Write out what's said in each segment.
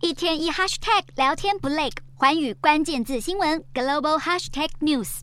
一天一 hashtag 聊天不累，寰宇关键字新闻 global hashtag news。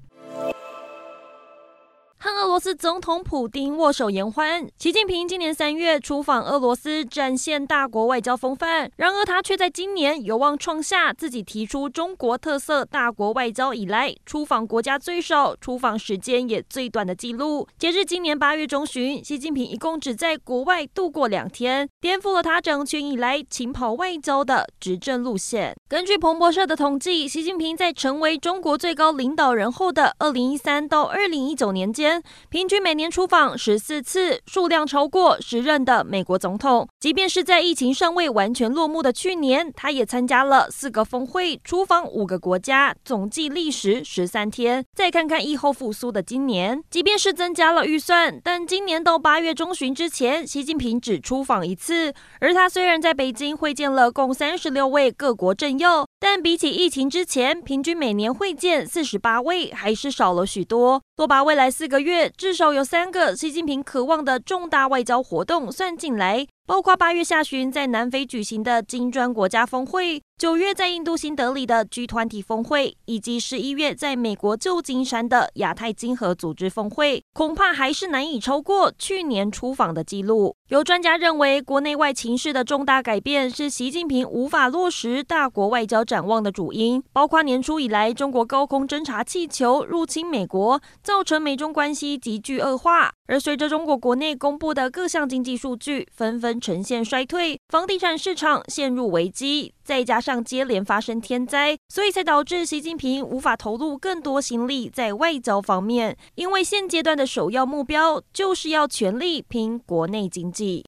和俄罗斯总统普丁握手言欢。习近平今年3月出访俄罗斯，展现大国外交风范。然而，他却在今年有望创下自己提出中国特色大国外交以来出访国家最少、出访时间也最短的纪录。截至今年8月中旬，习近平一共只在国外度过2天，颠覆了他掌权以来勤跑外交的执政路线。根据彭博社的统计，习近平在成为中国最高领导人后的2013到2019年间，平均每年出访14次，数量超过10任的美国总统。即便是在疫情尚未完全落幕的去年，他也参加了4个峰会，出访5个国家，总计历时13天。再看看疫后复苏的今年，即便是增加了预算，但今年到8月中旬之前，习近平只出访1次。而他虽然在北京会见了共36位各国政要，但比起疫情之前，平均每年会见48位，还是少了许多。多把未来4个月至少有3个习近平渴望的重大外交活动算进来，包括8月下旬在南非举行的金砖国家峰会，9月在印度新德里的 G20 峰会，以及11月在美国旧金山的亚太经合组织峰会，恐怕还是难以超过去年出访的记录。有专家认为，国内外情势的重大改变是习近平无法落实大国外交展望的主因，包括年初以来中国高空侦察气球入侵美国，造成美中关系急剧恶化。而随着中国国内公布的各项经济数据纷纷呈现衰退，房地产市场陷入危机，再加上接连发生天灾，所以才导致习近平无法投入更多心力在外交方面，因为现阶段的首要目标就是要全力拼国内经济。